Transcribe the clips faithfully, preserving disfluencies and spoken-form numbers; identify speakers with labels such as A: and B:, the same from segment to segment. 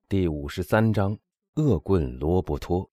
A: 第五十三章恶棍罗伯托。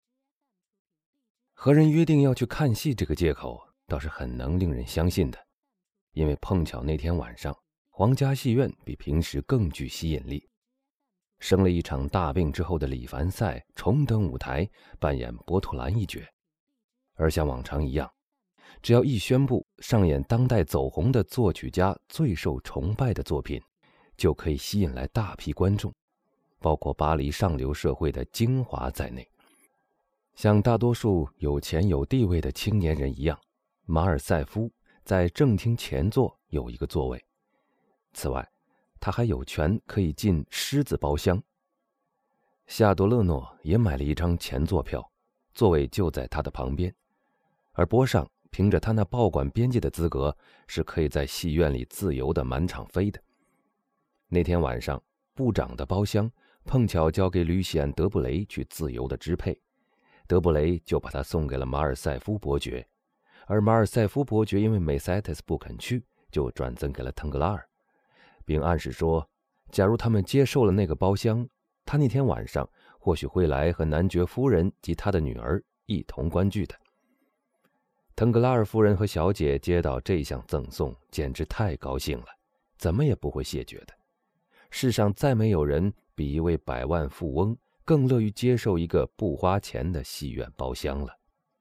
A: 和人约定要去看戏这个借口倒是很能令人相信的，因为碰巧那天晚上皇家戏院比平时更具吸引力。生了一场大病之后的李凡赛重登舞台，扮演波图兰一角。而像往常一样，只要一宣布上演当代走红的作曲家最受崇拜的作品，就可以吸引来大批观众，包括巴黎上流社会的精华在内。像大多数有钱有地位的青年人一样，马尔塞夫在正厅前座有一个座位。此外，他还有权可以进狮子包厢。夏多勒诺也买了一张前座票，座位就在他的旁边。而波尚凭着他那报馆编辑的资格，是可以在戏院里自由的满场飞的。那天晚上，部长的包厢碰巧交给吕西安·德布雷去自由的支配，德布雷就把他送给了马尔塞夫伯爵，而马尔塞夫伯爵因为梅塞特斯不肯去，就转赠给了腾格拉尔，并暗示说，假如他们接受了那个包厢，他那天晚上或许会来和男爵夫人及他的女儿一同观剧的。腾格拉尔夫人和小姐接到这项赠送，简直太高兴了，怎么也不会谢绝的。世上再没有人比一位百万富翁更乐于接受一个不花钱的戏院包厢了。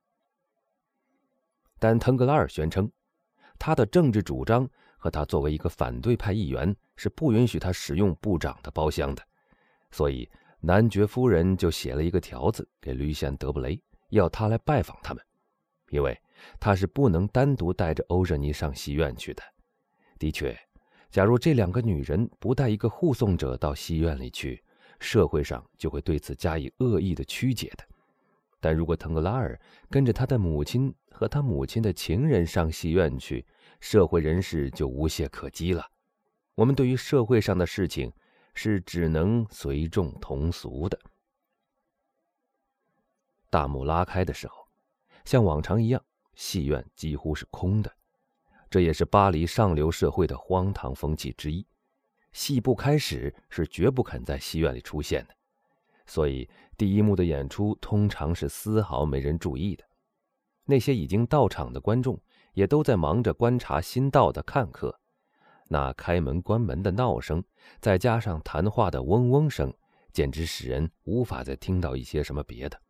A: 但腾格拉尔宣称，他的政治主张和他作为一个反对派议员是不允许他使用部长的包厢的，所以男爵夫人就写了一个条子给吕西安·德布雷，要他来拜访他们，因为他是不能单独带着欧热妮上戏院去的。的确，假如这两个女人不带一个护送者到戏院里去，社会上就会对此加以恶意的曲解的。但如果腾格拉尔跟着他的母亲和他母亲的情人上戏院去，社会人士就无懈可击了。我们对于社会上的事情是只能随众同俗的。大幕拉开的时候，像往常一样，戏院几乎是空的。这也是巴黎上流社会的荒唐风气之一。戏不开始是绝不肯在戏院里出现的，所以第一幕的演出通常是丝毫没人注意的。那些已经到场的观众也都在忙着观察新到的看客。那开门关门的闹声，再加上谈话的嗡嗡声，简直使人无法再听到一些什么别的。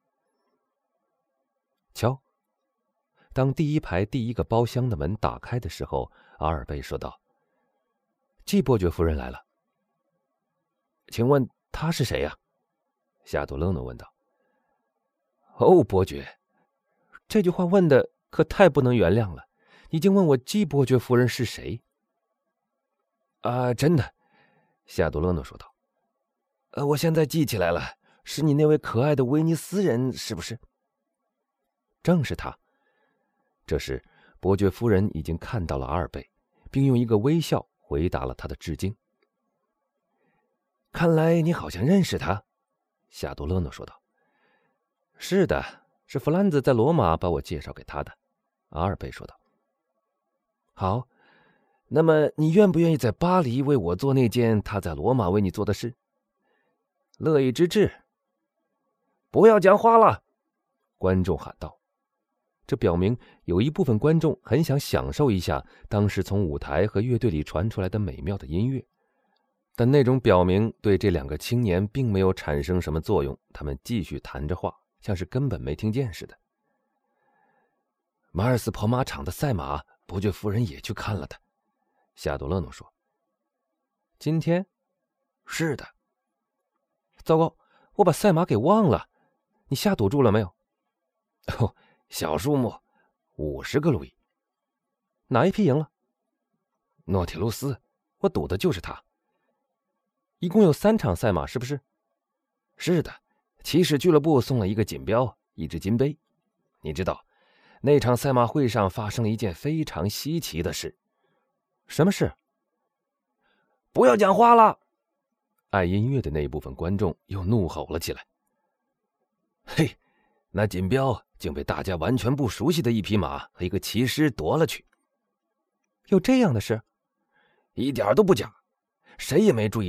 A: 瞧，当第一排第一个包厢的门打开的时候，阿尔贝说道：“季伯爵夫人来了。”“请问她是谁呀？”夏多勒诺问道。“哦，伯爵，这句话问的可太不能原谅了。你竟问我季伯爵夫人是谁？”“啊，真的。”夏多勒诺说道。“呃，我现在记起来了，是你那位可爱的威尼斯人，是不是？”“正是他。”这时，伯爵夫人已经看到了阿尔贝，并用一个微笑回答了他的致敬。“看来你好像认识他。”夏多勒诺说道。“是的，是弗兰兹在罗马把我介绍给他的。”阿尔贝说道。“好，那么你愿不愿意在巴黎为我做那件他在罗马为你做的事？”“乐意之至。”“不要讲话了！”观众喊道。这表明有一部分观众很想享受一下当时从舞台和乐队里传出来的美妙的音乐，但那种表明对这两个青年并没有产生什么作用，他们继续谈着话，像是根本没听见似的。“马尔斯跑马场的赛马，伯爵夫人也去看了的。”夏多勒诺说。“今天？”“是的。”“糟糕，我把赛马给忘了。你下赌注了没有？”“哦，小数目，五十个路易。”“哪一匹赢了？”“诺铁路斯，我赌的就是他。”“一共有三场赛马，是不是？”“是的，骑士俱乐部送了一个锦标，一只金杯。你知道，那场赛马会上发生了一件非常稀奇的事。”“什么事？”“不要讲话了！”爱音乐的那一部分观众又怒吼了起来。“嘿，那锦标竟被大家完全不熟悉的一匹马和一个骑师夺了去。”“有这样的事？”“一点都不假，谁也没注意到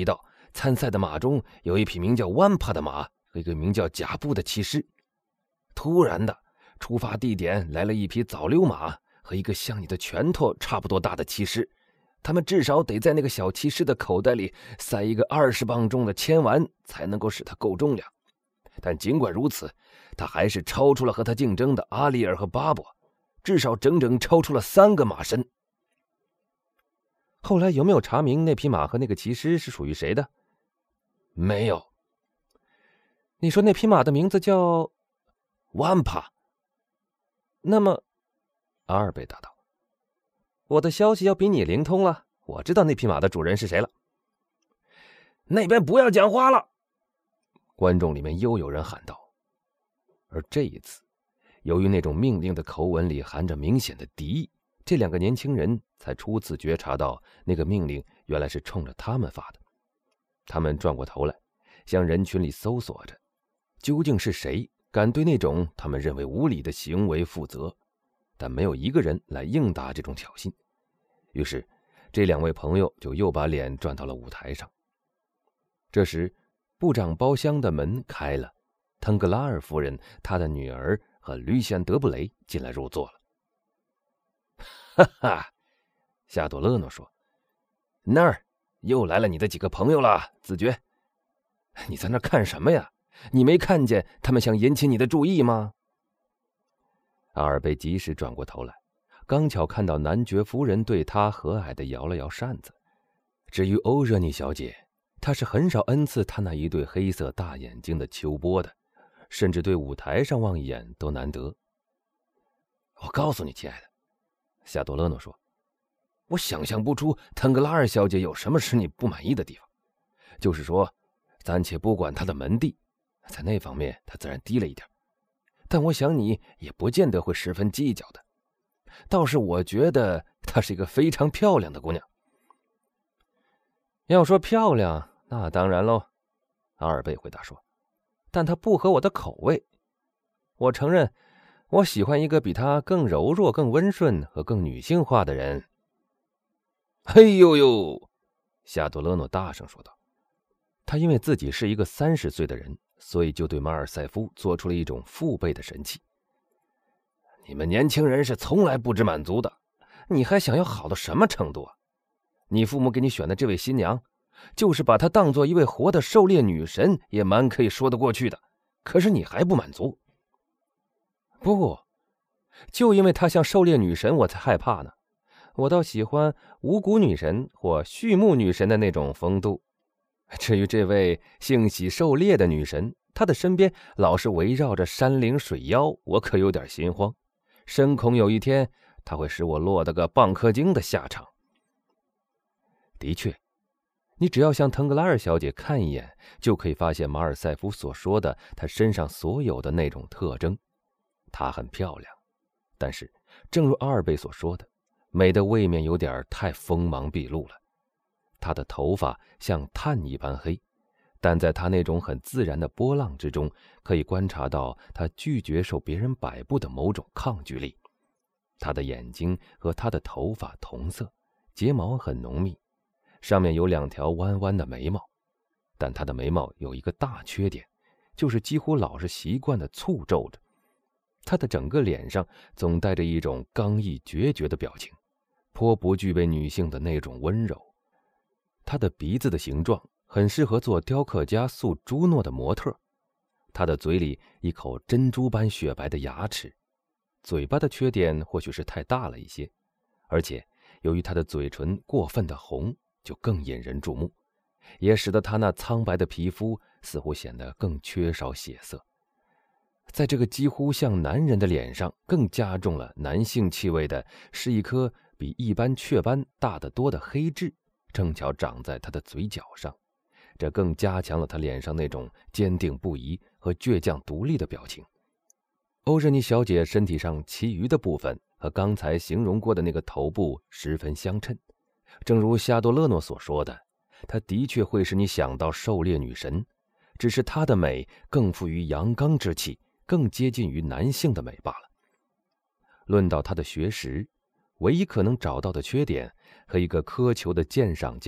A: 参赛的马中有一匹名叫万帕的马和一个名叫贾布的骑师。突然的，出发地点来了一匹早溜马和一个像你的拳头差不多大的骑师，他们至少得在那个小骑士的口袋里塞一个二十磅重的铅丸，才能够使他够重量。但尽管如此，他还是超出了和他竞争的阿里尔和巴伯，至少整整超出了三个马身。
B: 后来有没有查明那匹马和那个骑师是属于谁的？
A: 没有。
B: 你说那匹马的名字叫
A: 万帕。
B: 那么，
A: 阿尔贝答道，
B: 我的消息要比你灵通了，我知道那匹马的主人是谁了。
A: 那边不要讲话了，观众里面又有人喊道。而这一次，由于那种命令的口吻里含着明显的敌意，这两个年轻人才初次觉察到那个命令原来是冲着他们发的。他们转过头来，向人群里搜索着，究竟是谁敢对那种他们认为无理的行为负责，但没有一个人来应答这种挑衅。于是这两位朋友就又把脸转到了舞台上。这时部长包厢的门开了，腾格拉尔夫人、她的女儿和吕西安·德布雷进来入座了。哈哈，夏朵勒诺说，那儿又来了你的几个朋友了，子爵。你在那儿看什么呀？你没看见他们想引起你的注意吗？阿尔贝及时转过头来，刚巧看到男爵夫人对他和蔼地摇了摇扇子。至于欧热妮小姐，她是很少恩赐他那一对黑色大眼睛的秋波的，甚至对舞台上望一眼都难得。我告诉你，亲爱的，夏多勒诺说，我想象不出腾格拉尔小姐有什么使你不满意的地方。就是说，暂且不管她的门第，在那方面她自然低了一点，但我想你也不见得会十分计较的。倒是我觉得她是一个非常漂亮的姑娘。
B: 要说漂亮，那当然喽，阿尔贝回答说，但她不合我的口味。我承认，我喜欢一个比她更柔弱、更温顺和更女性化的人。
A: 嘿呦呦，夏多勒诺大声说道。他因为自己是一个三十岁的人，所以就对马尔塞夫做出了一种父辈的神气。你们年轻人是从来不知满足的，你还想要好到什么程度啊？你父母给你选的这位新娘，就是把她当作一位活的狩猎女神，也蛮可以说得过去的。可是你还不满足？
B: 不，就因为她像狩猎女神，我才害怕呢。我倒喜欢五谷女神或畜牧女神的那种风度。至于这位性喜狩猎的女神，她的身边老是围绕着山灵水妖，我可有点心慌，深恐有一天她会使我落得个蚌壳精的下场。
A: 的确，你只要向腾格拉尔小姐看一眼，就可以发现马尔塞夫所说的她身上所有的那种特征。她很漂亮，但是正如阿尔贝所说的，美的未免有点太锋芒毕露了。她的头发像炭一般黑，但在她那种很自然的波浪之中，可以观察到她拒绝受别人摆布的某种抗拒力。她的眼睛和她的头发同色，睫毛很浓密，上面有两条弯弯的眉毛，但她的眉毛有一个大缺点，就是几乎老是习惯地蹙皱着。她的整个脸上总带着一种刚毅决绝的表情，颇不具备女性的那种温柔。她的鼻子的形状很适合做雕刻家塑朱诺的模特，她的嘴里一口珍珠般雪白的牙齿，嘴巴的缺点或许是太大了一些，而且由于她的嘴唇过分的红，就更引人注目，也使得她那苍白的皮肤似乎显得更缺少血色。在这个几乎像男人的脸上，更加重了男性气味的是一颗比一般雀斑大得多的黑痣，正巧长在他的嘴角上，这更加强了他脸上那种坚定不移和倔强独立的表情。欧热妮小姐身体上其余的部分和刚才形容过的那个头部十分相称，正如夏多勒诺所说的，她的确会使你想到狩猎女神，只是她的美更富于阳刚之气，更接近于男性的美罢了。论到她的学识，唯一可能找到的缺点和一个苛求的鉴赏家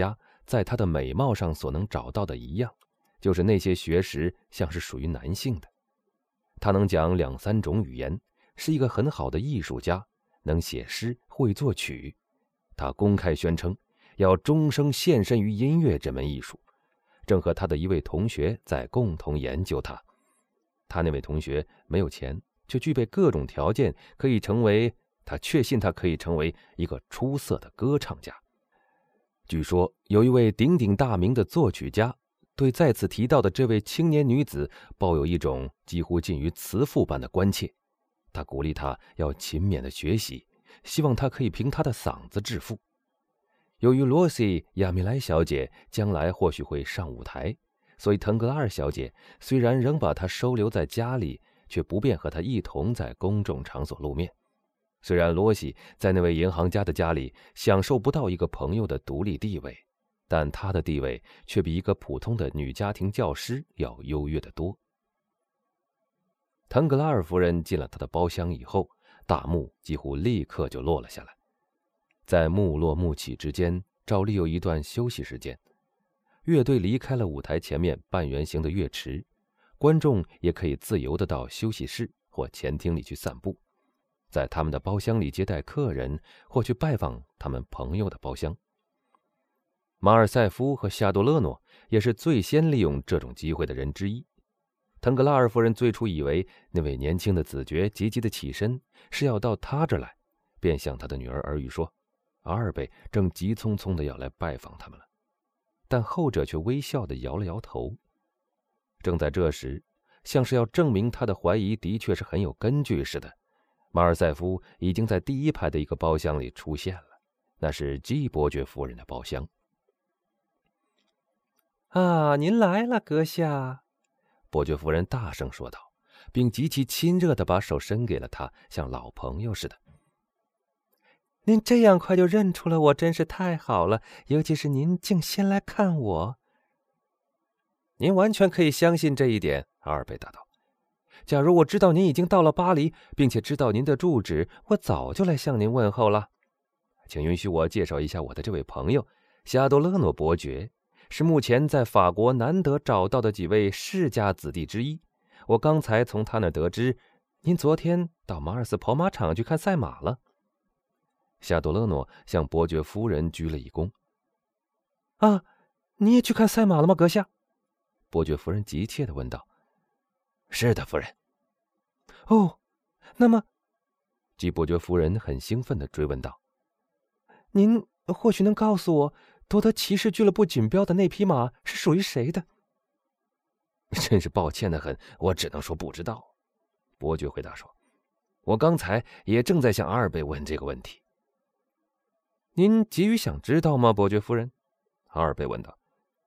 A: 在她的美貌上所能找到的一样，就是那些学识像是属于男性的。她能讲两三种语言，是一个很好的艺术家，能写诗，会作曲。她公开宣称要终生献身于音乐这门艺术，正和他的一位同学在共同研究它。他那位同学没有钱，却具备各种条件，可以成为他确信他可以成为一个出色的歌唱家。据说有一位鼎鼎大名的作曲家对再次提到的这位青年女子抱有一种几乎近于慈父般的关切，他鼓励她要勤勉的学习，希望她可以凭她的嗓子致富。由于罗西亚米莱小姐将来或许会上舞台，所以腾格拉尔小姐虽然仍把她收留在家里，却不便和她一同在公众场所露面。虽然罗西在那位银行家的家里享受不到一个朋友的独立地位，但她的地位却比一个普通的女家庭教师要优越得多。腾格拉尔夫人进了她的包厢以后，大幕几乎立刻就落了下来。在幕落幕起之间，照例有一段休息时间。乐队离开了舞台前面半圆形的乐池，观众也可以自由地到休息室或前厅里去散步，在他们的包厢里接待客人，或去拜访他们朋友的包厢。马尔塞夫和夏多勒诺也是最先利用这种机会的人之一。腾格拉尔夫人最初以为那位年轻的子爵急急地起身是要到他这儿来，便向他的女儿耳语说阿尔贝正急匆匆地要来拜访他们了，但后者却微笑地摇了摇头。正在这时，像是要证明他的怀疑的确是很有根据似的，马尔塞夫已经在第一排的一个包厢里出现了，那是基伯爵夫人的包厢。
B: 啊，您来了，阁下！
A: 伯爵夫人大声说道，并极其亲热地把手伸给了他，像老朋友似的。
B: 您这样快就认出了我，真是太好了，尤其是您竟先来看我。
A: 您完全可以相信这一点，阿尔贝答道。假如我知道您已经到了巴黎，并且知道您的住址，我早就来向您问候了。请允许我介绍一下我的这位朋友，夏多勒诺伯爵，是目前在法国难得找到的几位世家子弟之一。我刚才从他那儿得知，您昨天到马尔斯跑马场去看赛马了。夏多勒诺向伯爵夫人鞠了一躬。
B: 啊，你也去看赛马了吗，阁下？
A: 伯爵夫人急切地问道。是的，夫人。
B: 哦，那么，
A: 基伯爵夫人很兴奋地追问道：“
B: 您或许能告诉我，夺得骑士俱乐部锦标的那匹马是属于谁的？”
A: 真是抱歉得很，我只能说不知道。”伯爵回答说，“我刚才也正在向阿尔贝问这个问题。”“您急于想知道吗，伯爵夫人？”阿尔贝问道。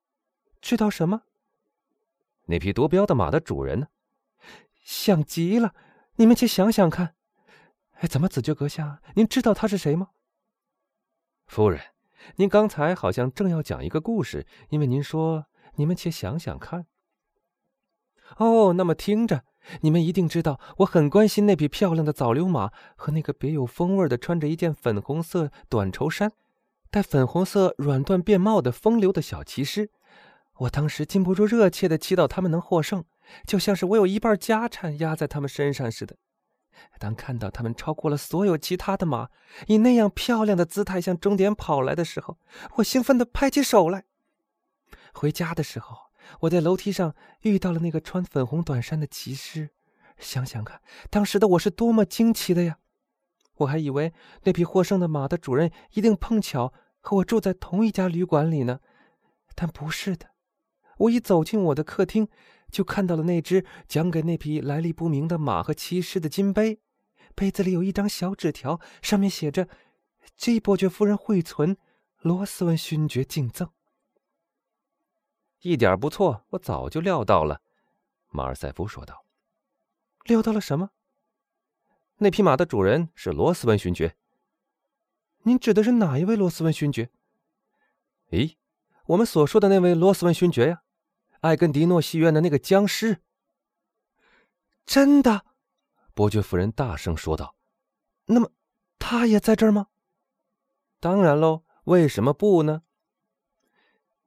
B: “知道什么？”“
A: 那匹夺标的马的主人呢？”“
B: 想极了，你们且想想看。哎，怎么，子爵阁下，您知道他是谁吗？”“
A: 夫人，您刚才好像正要讲一个故事，因为您说你们且想想看。”“
B: 哦，那么听着，你们一定知道，我很关心那匹漂亮的早流马和那个别有风味的穿着一件粉红色短绸衫、戴粉红色软缎便帽的风流的小骑师。我当时禁不住热切地祈祷他们能获胜，就像是我有一半家产压在他们身上似的。当看到他们超过了所有其他的马，以那样漂亮的姿态向终点跑来的时候，我兴奋地拍起手来。回家的时候，我在楼梯上遇到了那个穿粉红短衫的骑士，想想看，当时的我是多么惊奇的呀！我还以为那匹获胜的马的主人一定碰巧和我住在同一家旅馆里呢，但不是的。我一走进我的客厅，就看到了那只奖给那匹来历不明的马和骑士的金杯，杯子里有一张小纸条，上面写着“基伯爵夫人惠存，罗斯文勋爵敬赠”。
A: 一点不错，我早就料到了，马尔塞夫说道。
B: “料到了什么？”“
A: 那匹马的主人是罗斯文勋爵。”“
B: 您指的是哪一位罗斯文勋爵？”“
A: 咦，我们所说的那位罗斯文勋爵呀，艾根迪诺戏院的那个僵尸。”“
B: 真的？”
A: 伯爵夫人大声说道。
B: “那么，他也在这儿吗？”“
A: 当然喽，为什么不呢？”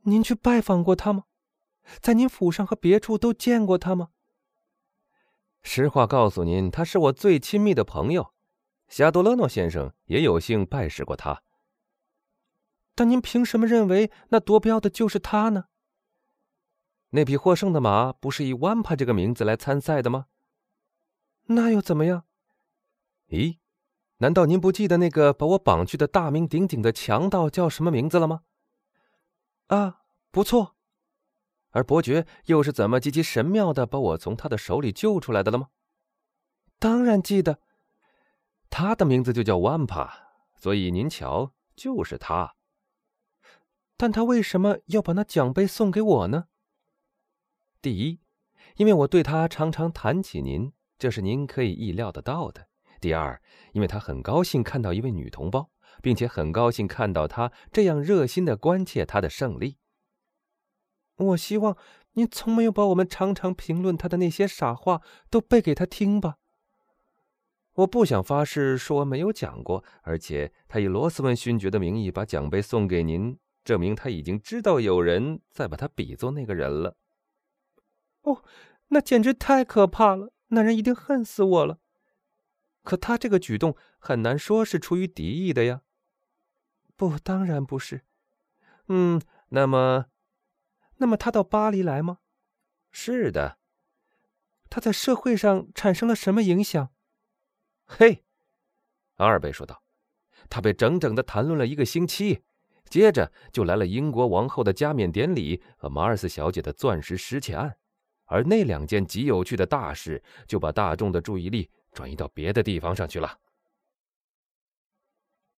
B: 您去拜访过他吗？在您府上和别处都见过他吗？
A: 实话告诉您，他是我最亲密的朋友，夏多勒诺先生也有幸拜识过他。
B: 但您凭什么认为那夺标的就是他呢？
A: 那匹获胜的马不是以万帕这个名字来参赛的吗？
B: 那又怎么样？
A: 咦，难道您不记得那个把我绑去的大名鼎鼎的强盗叫什么名字了吗？
B: 啊，不错。
A: 而伯爵又是怎么极其神妙的把我从他的手里救出来的了吗？
B: 当然记得。
A: 他的名字就叫万帕，所以您瞧，就是他。
B: 但他为什么要把那奖杯送给我呢？
A: 第一，因为我对他常常谈起您，这是您可以意料得到的。第二，因为他很高兴看到一位女同胞，并且很高兴看到他这样热心地关切他的胜利。
B: 我希望您从没有把我们常常评论他的那些傻话都背给他听吧。
A: 我不想发誓说我没有讲过，而且他以罗斯文勋爵的名义把奖杯送给您，证明他已经知道有人在把他比作那个人了。
B: 哦，那简直太可怕了，那人一定恨死我了。
A: 可他这个举动很难说是出于敌意的呀。
B: 不，当然不是。
A: 嗯，那么
B: 那么他到巴黎来吗？
A: 是的。
B: 他在社会上产生了什么影响？
A: 嘿，阿尔贝说道，他被整整的谈论了一个星期，接着就来了英国王后的加冕典礼和马尔斯小姐的钻石失窃案，而那两件极有趣的大事就把大众的注意力转移到别的地方上去了。